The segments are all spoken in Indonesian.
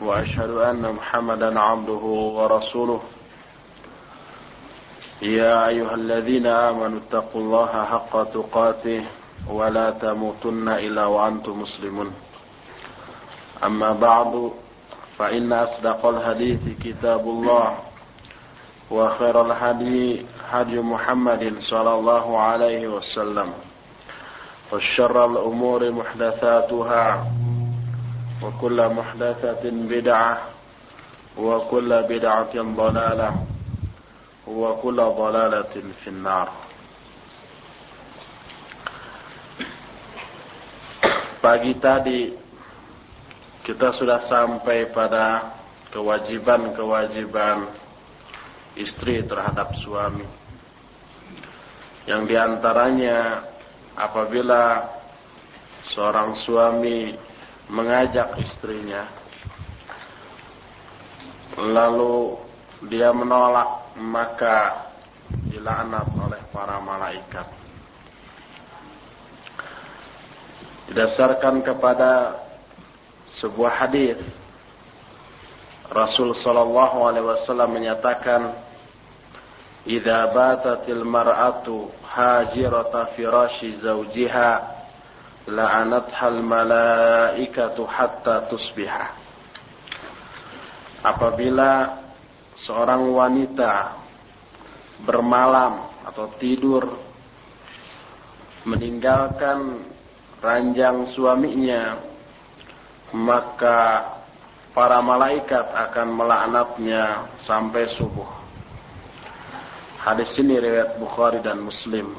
وأشهد أن محمدا عبده ورسوله يا أيها الذين آمنوا اتقوا الله حق تقاته ولا تموتن إلا وأنتم مسلمون أما بعد فإن أصدق الحديث كتاب الله وخير الهدي هدي محمد صلى الله عليه وسلم وشر الأمور محدثاتها وكل محدثة بدعة وكل بدعة ضلالة وكل ضلالة في النار. Pagi tadi kita sudah sampai pada kewajiban-kewajiban istri terhadap suami, yang diantaranya apabila seorang suami mengajak istrinya lalu dia menolak, maka dilaknat oleh para malaikat. Didasarkan kepada sebuah hadis, Rasul sallallahu alaihi wasallam menyatakan, "Idza batatil mar'atu hajirata firashi zawjiha la'anathal malaikatu hatta tusbiha." Apabila seorang wanita bermalam atau tidur meninggalkan ranjang suaminya, maka para malaikat akan melaknatnya sampai subuh. Hadis ini riwayat Bukhari dan Muslim.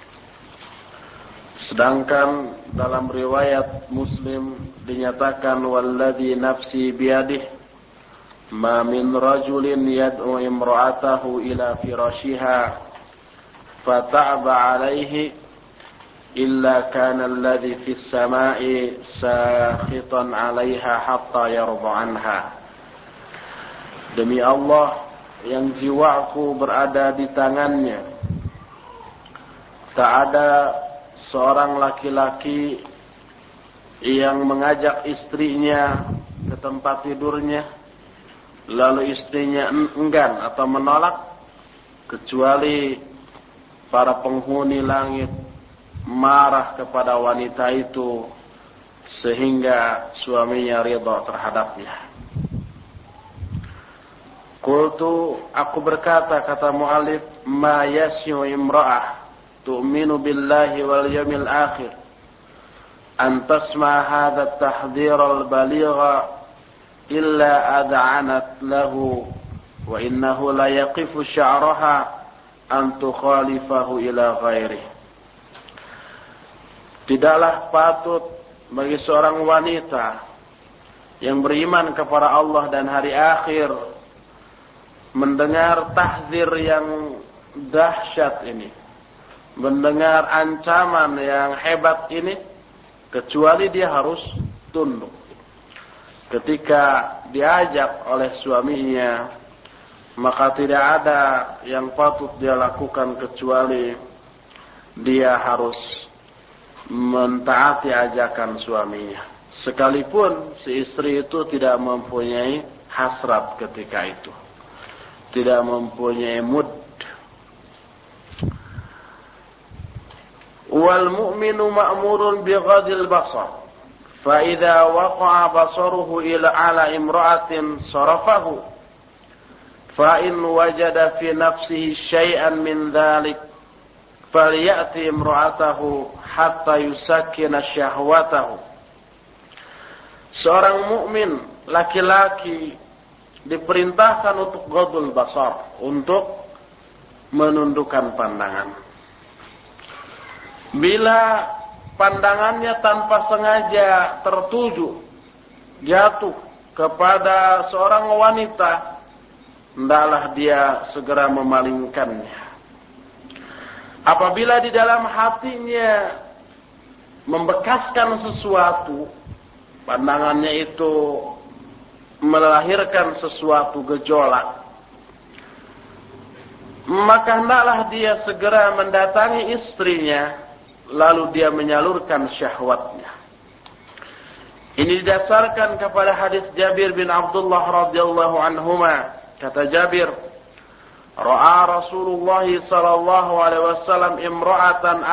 Sedangkan dalam riwayat Muslim dinyatakan, "Walladzi nafsi biyadihi ma min rajulin yad'u imra'atahu ila firashiha fata'ba 'alayhi illa kana alladhi fis sama'i sakhitan 'alayha hatta yarda 'anha." Demi Allah yang jiwaku berada di tangannya, tak ada seorang laki-laki yang mengajak istrinya ke tempat tidurnya lalu istrinya enggan atau menolak, kecuali para penghuni langit marah kepada wanita itu sehingga suaminya ridha terhadapnya. Qultu, aku berkata, kata mu'allif, ma yasyu imra'ah tu'minu billahi wal yawmil akhir an tasma' hadha at-tahdhir al-baligha illa ad'anat lahu wa innahu la yaqifu sya'raha an tukhalifahu ila ghairihi. Tidaklah patut bagi seorang wanita yang beriman kepada Allah dan hari akhir mendengar tahdzir yang dahsyat ini, mendengar ancaman yang hebat ini, kecuali dia harus tunduk. Ketika diajak oleh suaminya, maka tidak ada yang patut dia lakukan kecuali dia harus mentaati ajakan suaminya. Sekalipun si istri itu tidak mempunyai hasrat ketika itu, tidak mempunyai mood. Wal mu'minu ma'murun bi ghadil basar. فإذا وقع بصره إلى على امرأة صرفه فإن وجد في نفسه شيئا من ذلك فليأتي امرأته حتى يسكن شهوته. Seorang mukmin laki-laki diperintahkan untuk ghadul basar, untuk menundukkan pandangan. Bila pandangannya tanpa sengaja tertuju, jatuh kepada seorang wanita, hendaklah dia segera memalingkannya. Apabila di dalam hatinya membekaskan sesuatu, pandangannya itu melahirkan sesuatu gejolak, maka hendaklah dia segera mendatangi istrinya, lalu dia menyalurkan syahwatnya. Ini didasarkan kepada hadis Jabir bin Abdullah radhiyallahu anhuma. Kata Jabir, ra'a Rasulullah sallallahu alaihi wasallam imra'atan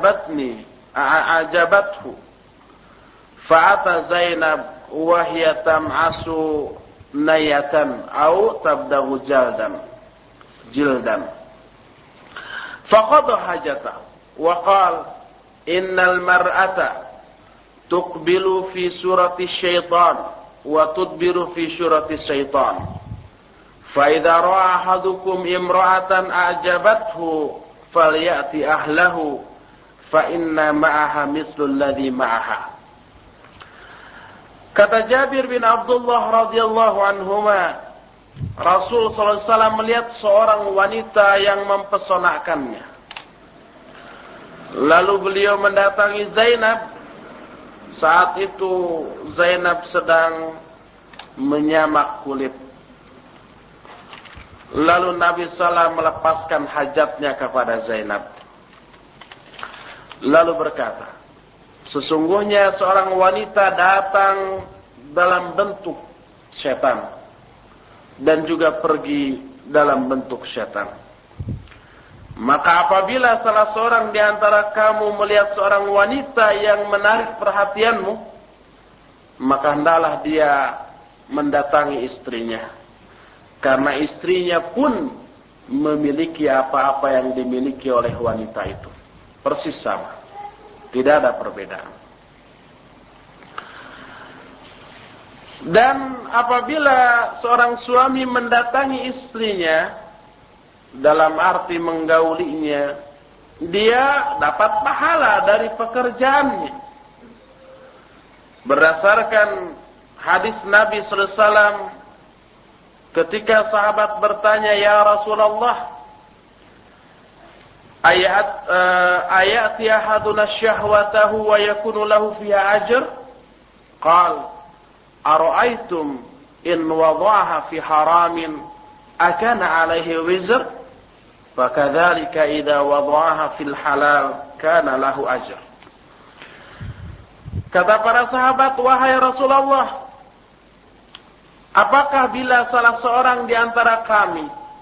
a'jabathu. Fa'ata Zainab wa hiya tam'asu nayatan aw tabdaghu jildan. Faqada hajatahu wa qala innal mar'ata tuqbilu fi surati syaitan wa tudbiru fi surati syaitan. Fa idza ra'a ahadukum imra'atan a'jabathu falyati ahlahu fa inna ma'aha mithlu alladhi ma'aha. Kata Jabir bin Abdullah radhiyallahu anhuma, Rasul sallallahu alaihi wasallam melihat seorang wanita yang mempesonakannya. Lalu beliau mendatangi Zainab. Saat itu Zainab sedang menyamak kulit. Lalu Nabi SAW melepaskan hajatnya kepada Zainab. Lalu berkata, sesungguhnya seorang wanita datang dalam bentuk setan dan juga pergi dalam bentuk setan. Maka apabila salah seorang di antara kamu melihat seorang wanita yang menarik perhatianmu, maka hendaklah dia mendatangi istrinya. Karena istrinya pun memiliki apa-apa yang dimiliki oleh wanita itu. Persis sama. Tidak ada perbedaan. Dan apabila seorang suami mendatangi istrinya, dalam arti menggaulinya, dia dapat pahala dari pekerjaannya. Berdasarkan hadis Nabi sallallahu alaihi wasallam ketika sahabat bertanya, ya Rasulullah, ayati ahaduna syahwatahu wa yakunu lahu fiha ajr? Qal, ara'aytum in wada'aha fi haramin akana alaihi wizr? Fakadzalika idza wada'aha fil halal kana lahu ajr. Kata para sahabat, wahai Rasulullah, apakah bila salah seorang di antara kami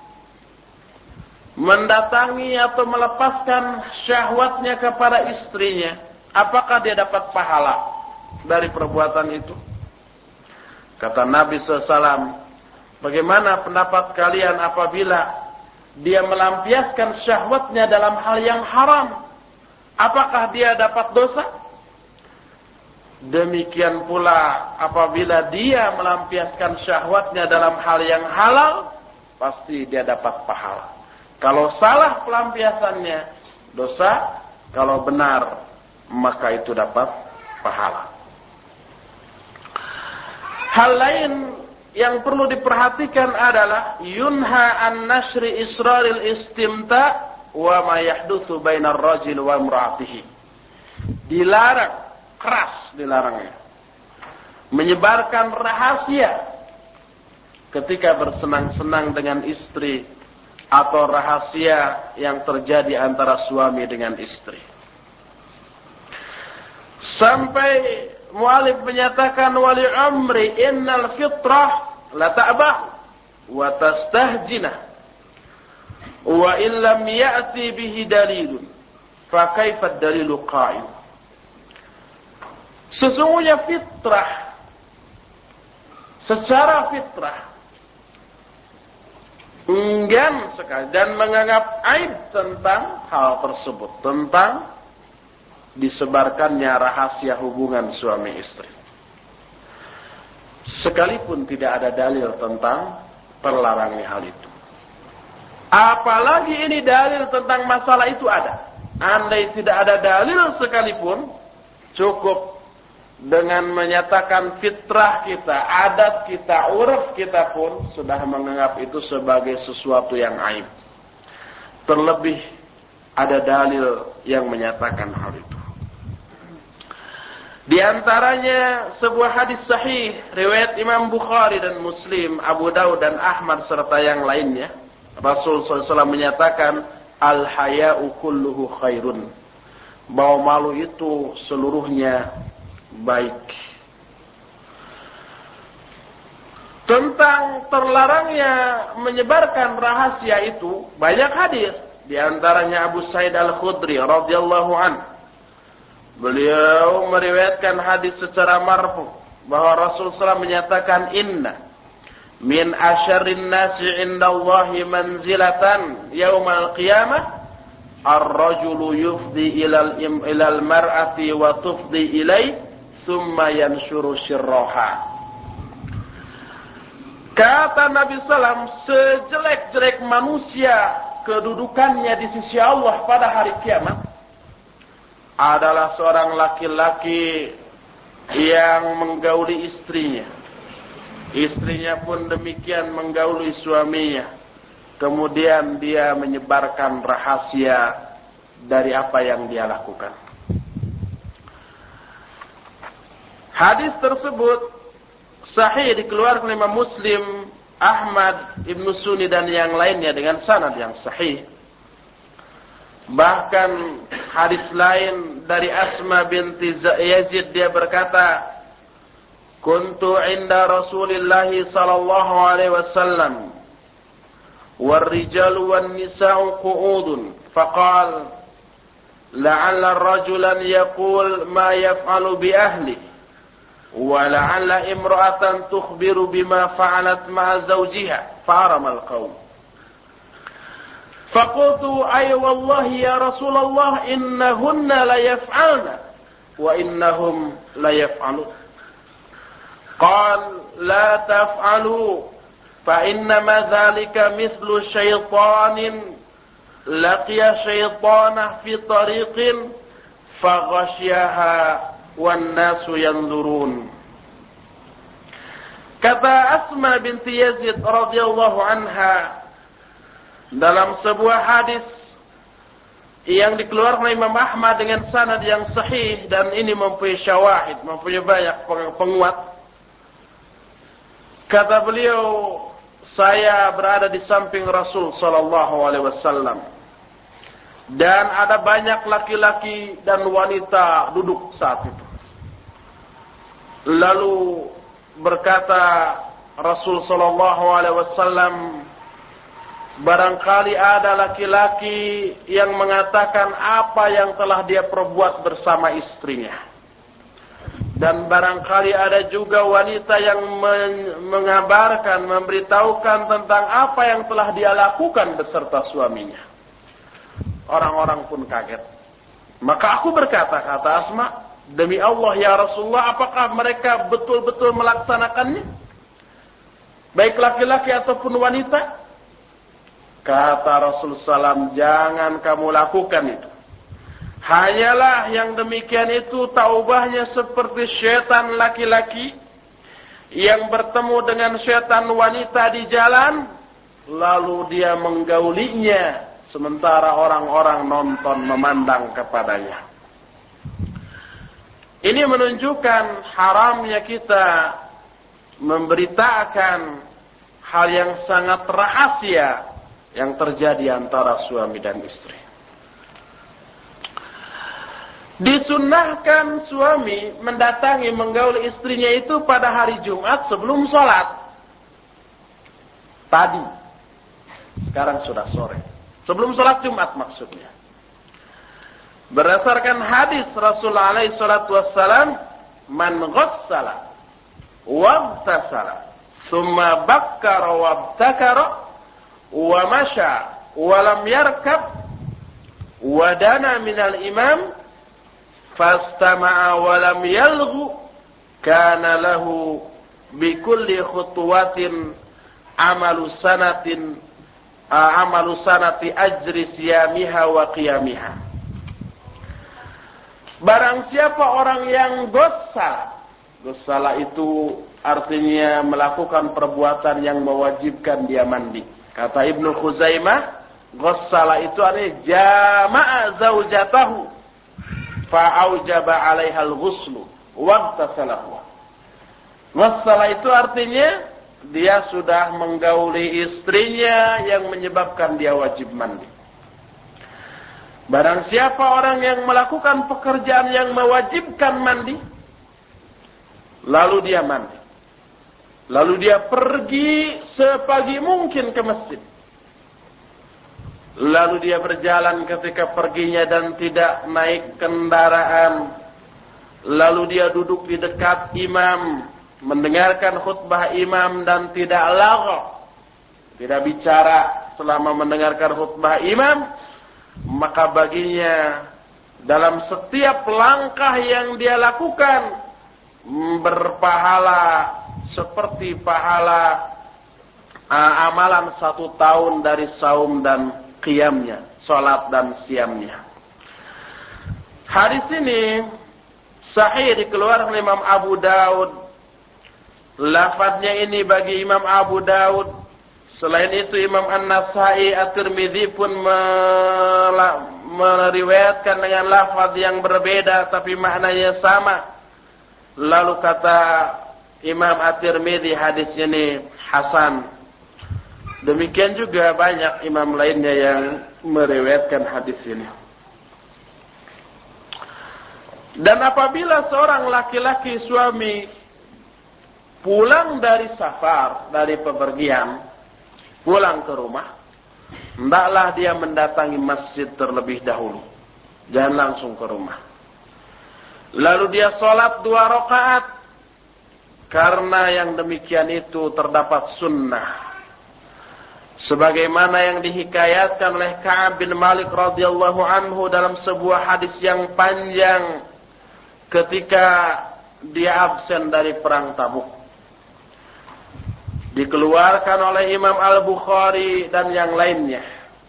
mendatangi atau melepaskan syahwatnya kepada istrinya, apakah dia dapat pahala dari perbuatan itu? Kata Nabi SAW, bagaimana pendapat kalian apabila dia melampiaskan syahwatnya dalam hal yang haram? Apakah dia dapat dosa? Demikian pula apabila dia melampiaskan syahwatnya dalam hal yang halal, pasti dia dapat pahala. Kalau salah pelampiasannya, dosa. Kalau benar, maka itu dapat pahala. Hal lain yang perlu diperhatikan adalah yunha an nashri israril istimta wa ma yahdutsu bainar rajul wa imra'atihi. Dilarang, keras dilarangnya, menyebarkan rahasia ketika bersenang-senang dengan istri atau rahasia yang terjadi antara suami dengan istri. Sampai mu'alif menyatakan wali amri innal fitrah la ta'bah wa tastahjina wa in lam ya'ti bihi dalilun fa kaifa dalilu qa'im. Sesungguhnya fitrah, secara fitrah enggan sekali dan menganggap aib tentang hal tersebut, tentang disebarkannya rahasia hubungan suami istri. Sekalipun tidak ada dalil tentang terlarangnya hal itu. Apalagi ini dalil tentang masalah itu ada. Andai tidak ada dalil sekalipun, cukup dengan menyatakan fitrah kita, adat kita, uruf kita pun sudah menganggap itu sebagai sesuatu yang aib. Terlebih ada dalil yang menyatakan hal itu. Di antaranya sebuah hadis sahih riwayat Imam Bukhari dan Muslim, Abu Daud dan Ahmad serta yang lainnya. Rasul SAW menyatakan al-haya'u kulluhu khairun. Bahwa malu itu seluruhnya baik. Tentang terlarangnya menyebarkan rahasia itu banyak hadis. Di antaranya Abu Sa'id Al-Khudri radhiyallahu anhu. Beliau meriwayatkan hadis secara marfu bahwa Rasulullah menyatakan inna min asyarrin nasi indallahi manzilatan yaumal qiyamah ar-rajulu yufdi ilal mar'ati wa tufdi ilai thumma yanshuru syirraha. Kata Nabi SAW, sejelek-jelek manusia kedudukannya di sisi Allah pada hari kiamat adalah seorang laki-laki yang menggauli istrinya. Istrinya pun demikian menggauli suaminya. Kemudian dia menyebarkan rahasia dari apa yang dia lakukan. Hadis tersebut sahih dikeluarkan oleh Imam Muslim, Ahmad, Ibnu Sunni dan yang lainnya dengan sanad yang sahih. Bahkan hadis lain dari Asma binti Yazid, dia berkata, "Kuntu 'inda Rasulillah sallallahu alaihi wasallam war-rijalu wan-nisa'u qu'udun faqala la'alla ar-rajulan yaqul ma yaf'alu bi ahlihi ولعل امرأة تخبر بما فعلت مع زوجها فعرم القوم فقلت أي والله يا رسول الله إنهن ليفعلن وإنهم ليفعلون قال لا تفعلوا فإنما ذلك مثل شيطان لقي شيطانه في طريق فغشيها وَالنَّاسُ يَنْظُرُونَ. Kata Asma binti Yazid radhiyallahu anha dalam sebuah hadis yang dikeluarkan oleh Imam Ahmad dengan sanad yang sahih, dan ini mempunyai syawahid, mempunyai banyak penguat. Kata beliau, saya berada di samping Rasul sallallahu alaihi wasallam dan ada banyak laki-laki dan wanita duduk saat itu. Lalu berkata Rasul sallallahu alaihi wasallam, barangkali ada laki-laki yang mengatakan apa yang telah dia perbuat bersama istrinya. Dan barangkali ada juga wanita yang mengabarkan, memberitahukan tentang apa yang telah dia lakukan beserta suaminya. Orang-orang pun kaget. Maka aku berkata, kata Asma, demi Allah ya Rasulullah, apakah mereka betul-betul melaksanakannya? Baik laki-laki ataupun wanita? Kata Rasulullah SAW, jangan kamu lakukan itu. Hanyalah yang demikian itu taubahnya seperti syaitan laki-laki yang bertemu dengan syaitan wanita di jalan, lalu dia menggaulinya, sementara orang-orang nonton memandang kepadanya. Ini menunjukkan haramnya kita memberitakan hal yang sangat rahasia yang terjadi antara suami dan istri. Disunnahkan suami mendatangi menggauli istrinya itu pada hari Jumat sebelum sholat. Tadi, sekarang sudah sore. Sebelum sholat Jumat maksudnya. Berdasarkan hadis Rasulullah alaihi salatu wassalam, man ghassala wabtasala thumma bakkara wabtakara wa masya wa lam yarkab wa dana minal imam fastama'a wa lam yalghu kana lahu bikulli khutuwatin amalu sanati ajri siyamiha wa qiyamiha. Barang siapa orang yang ghassala itu artinya melakukan perbuatan yang mewajibkan dia mandi. Kata Ibnu Khuzaimah, ghassala itu artinya jama'a zaujatahu fa'aujaba 'alaiha al-ghuslu waqtasalahu. Ghassala itu artinya dia sudah menggauli istrinya yang menyebabkan dia wajib mandi. Barang siapa orang yang melakukan pekerjaan yang mewajibkan mandi, lalu dia mandi. Lalu dia pergi sepagi mungkin ke masjid. Lalu dia berjalan ketika perginya dan tidak naik kendaraan. Lalu dia duduk di dekat imam, mendengarkan khutbah imam dan tidak lagha, tidak bicara selama mendengarkan khutbah imam. Maka baginya dalam setiap langkah yang dia lakukan berpahala seperti pahala amalan 1 tahun dari saum dan qiyamnya, salat dan siamnya. Hadis ini sahih dikeluarkan oleh Imam Abu Daud. Lafadznya ini bagi Imam Abu Daud. Selain itu Imam An-Nasai, At-Tirmidzi pun meriwayatkan dengan lafaz yang berbeda tapi maknanya sama. Lalu kata Imam At-Tirmidzi hadis ini hasan. Demikian juga banyak imam lainnya yang meriwayatkan hadis ini. Dan apabila seorang laki-laki suami pulang dari safar, dari pepergian, pulang ke rumah, hendaklah dia mendatangi masjid terlebih dahulu. Jangan langsung ke rumah. Lalu dia sholat 2 rakaat. Karena yang demikian itu terdapat sunnah. Sebagaimana yang dihikayatkan oleh Ka'ab bin Malik radhiyallahu anhu dalam sebuah hadis yang panjang ketika dia absen dari perang Tabuk. Dikeluarkan oleh Imam Al-Bukhari dan yang lainnya.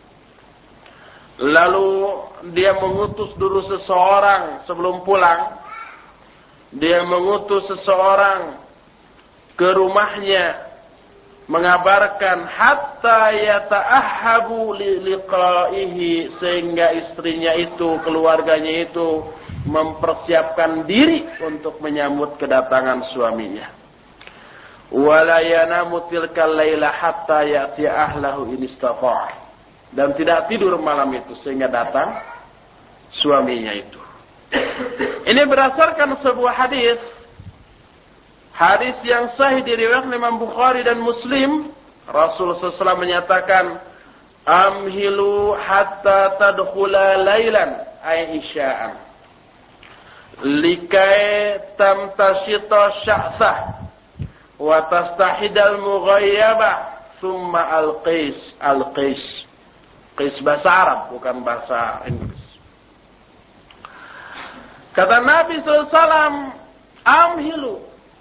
Lalu dia mengutus dulu seseorang sebelum pulang. Dia mengutus seseorang ke rumahnya mengabarkan hatta yata'ahhabu liqa'ihi, sehingga istrinya itu, keluarganya itu mempersiapkan diri untuk menyambut kedatangan suaminya. Wala yanamu tilkal laila hatta ya'ti ahlahu in istata', dan tidak tidur malam itu sehingga datang suaminya itu. Ini berdasarkan sebuah hadis yang sahih diriwayatkan Imam Bukhari dan Muslim. Rasulullah SAW menyatakan, amhilu hatta tadkhula lailan ay isya'an likai tamtashita sya'thah wa tastahidal mughayyabah thumma al-qais. Qais bahasa Arab, bukan bahasa Inggris. Kata Nabi SAW, amhilu.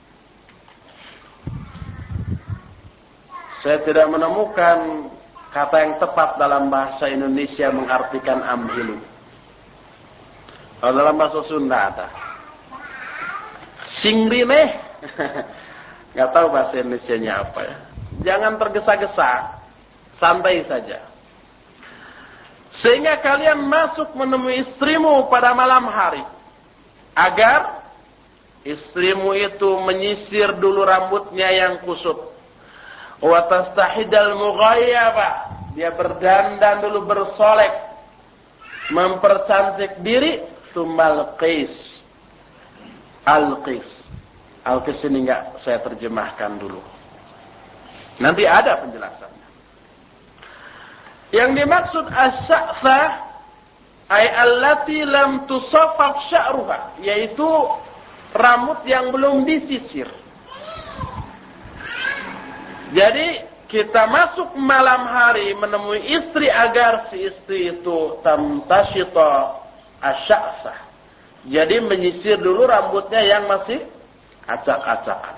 Saya tidak menemukan kata yang tepat dalam bahasa Indonesia mengartikan amhilu. Kalau dalam bahasa Sunda ada singrineh. Nggak tahu bahasa Indonesianya apa ya. Jangan tergesa-gesa, santai saja. Sehingga kalian masuk menemui istrimu pada malam hari, agar istrimu itu menyisir dulu rambutnya yang kusut. Wa tastahidal mughayyabah, dia berdandan dulu, bersolek, mempercantik diri. Tsummal qais. Al-qais. Al-qais ini enggak saya terjemahkan dulu. Nanti ada penjelasannya. Yang dimaksud as-sa'fah ay allati lam tusaffaf sya'ruha, yaitu rambut yang belum disisir. Jadi kita masuk malam hari menemui istri agar si istri itu tamtashita asy'afah. Jadi menyisir dulu rambutnya yang masih acak-acakan.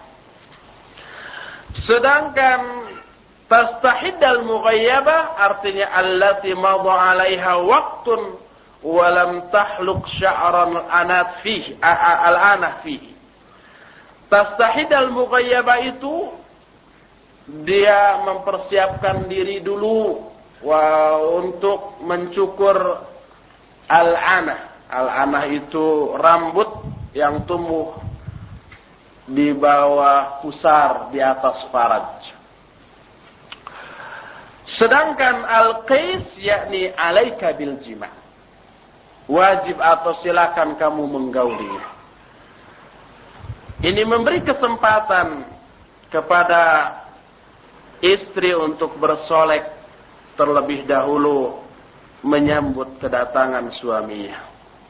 Sedangkan tastahidal mughayyabah artinya allati madha 'alaiha waqtun wa lam tahluq sya'ran anat fihi al-anah fihi. Tastahidal mughayyabah itu dia mempersiapkan diri dulu untuk mencukur al-anah. Al-anah itu rambut yang tumbuh di bawah pusar, di atas faraj. Sedangkan al-qais yakni alaika bil jima', wajib atau silakan kamu menggaulinya. Ini memberi kesempatan kepada istri untuk bersolek terlebih dahulu menyambut kedatangan suaminya.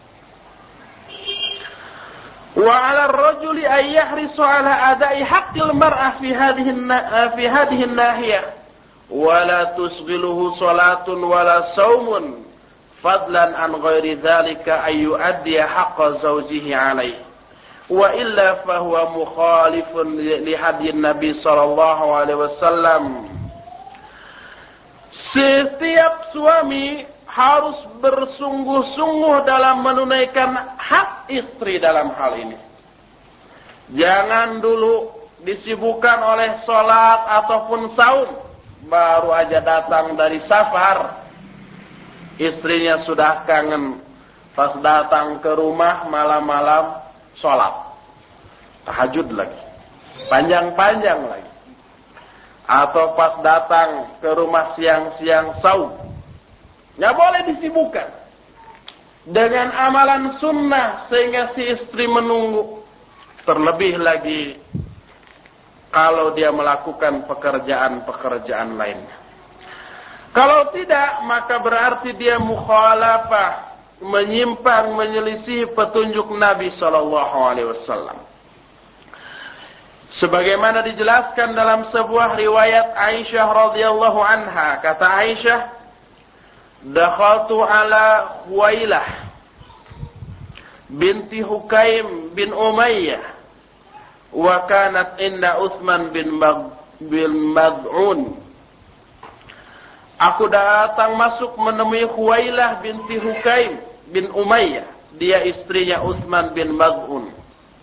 Wa 'ala ar-rajuli an yahrisu 'ala ada'i haqqil mar'ah fi hadhihi an-nahiyah wa la tusghiluhu salatun wa la saumun fadlan an ghairi dhalika ay yu'addi haqqa zawjihi 'alayhi wa illa fa huwa mukhalifun li hadyin Nabi sallallahu alaihi wasallam. Setiap suami harus bersungguh-sungguh dalam menunaikan hak istri dalam hal ini. Jangan dulu disibukkan oleh sholat ataupun saum. Baru aja datang dari safar, istrinya sudah kangen. Pas datang ke rumah malam-malam sholat, tahajud lagi, panjang-panjang lagi. Atau pas datang ke rumah siang-siang saum. Nggak boleh disibukkan dengan amalan sunnah sehingga si istri menunggu. Terlebih lagi kalau dia melakukan pekerjaan-pekerjaan lainnya. Kalau tidak, maka berarti dia mukhalafah, menyimpang, menyelisih petunjuk Nabi SAW. Sebagaimana dijelaskan dalam sebuah riwayat Aisyah radhiyallahu anha, kata Aisyah, dakhaltu ala Khuwailah binti Hukaim bin Umayyah wa kanat inda Utsman bin Mad'un. Aku datang masuk menemui Khuwailah binti Hukaim bin Umayyah, dia istrinya Utsman bin Mad'un.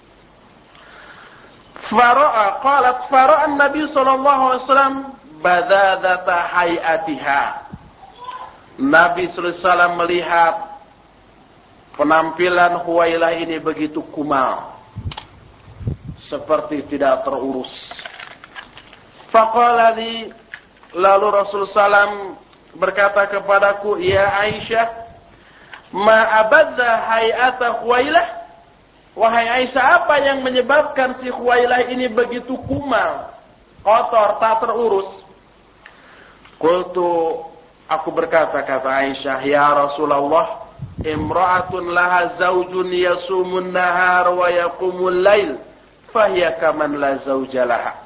Fara'a Nabi sallallahu alaihi wasallam badadata hayatiha. Nabi sallallahu alaihi wasallam melihat penampilan Khuwailah ini begitu kumal, seperti tidak terurus. Faqala li, lalu Rasul sallam berkata kepadaku, ya Aisyah, ma abadda hayata Khuwailah. Wahai Aisyah, apa yang menyebabkan si Khuwailah ini begitu kumal, kotor, tak terurus? Qultu, aku berkata, kata Aisyah, ya Rasulullah, imra'atun laha zawjun yasumun nahar wa yaqumul lail, fahiya kaman la zawja laha.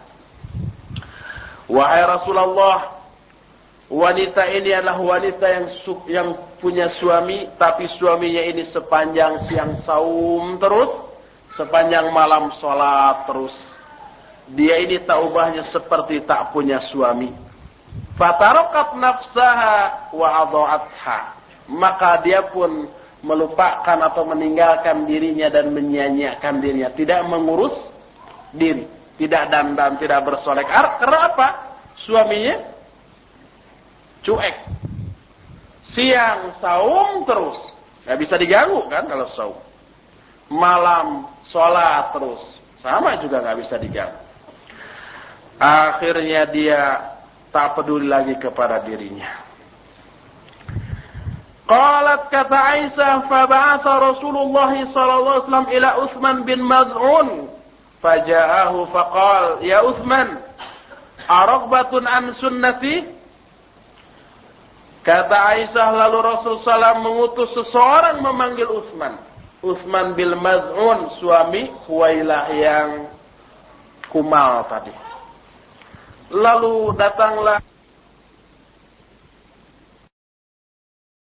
Wahai Rasulullah, wanita ini adalah wanita yang punya suami, tapi suaminya ini sepanjang siang saum terus, sepanjang malam sholat terus. Dia ini tak ubahnya seperti tak punya suami. Fatarakat nafsaha wa adha'atha. Maka dia pun melupakan atau meninggalkan dirinya dan menyia-nyiakan dirinya, tidak mengurus diri, tidak dandan, tidak bersolek. Karena apa? Suaminya cuek. Siang saum terus, nggak bisa diganggu kan kalau saum. Malam sholat terus, sama juga nggak bisa diganggu. Akhirnya dia tak peduli lagi kepada dirinya. Qalat, kata Aisyah, fa ba'atha Rasulullah sallallahu alaihi wasallam ila Utsman bin Mad'un, faja'ahu faqal, ya Utsman, araghbatun an sunnati? Kata Aisyah, lalu Rasulullah SAW mengutus seseorang memanggil Utsman. Utsman bin Mad'un, suami Khuwailah yang kumal tadi. Lalu datanglah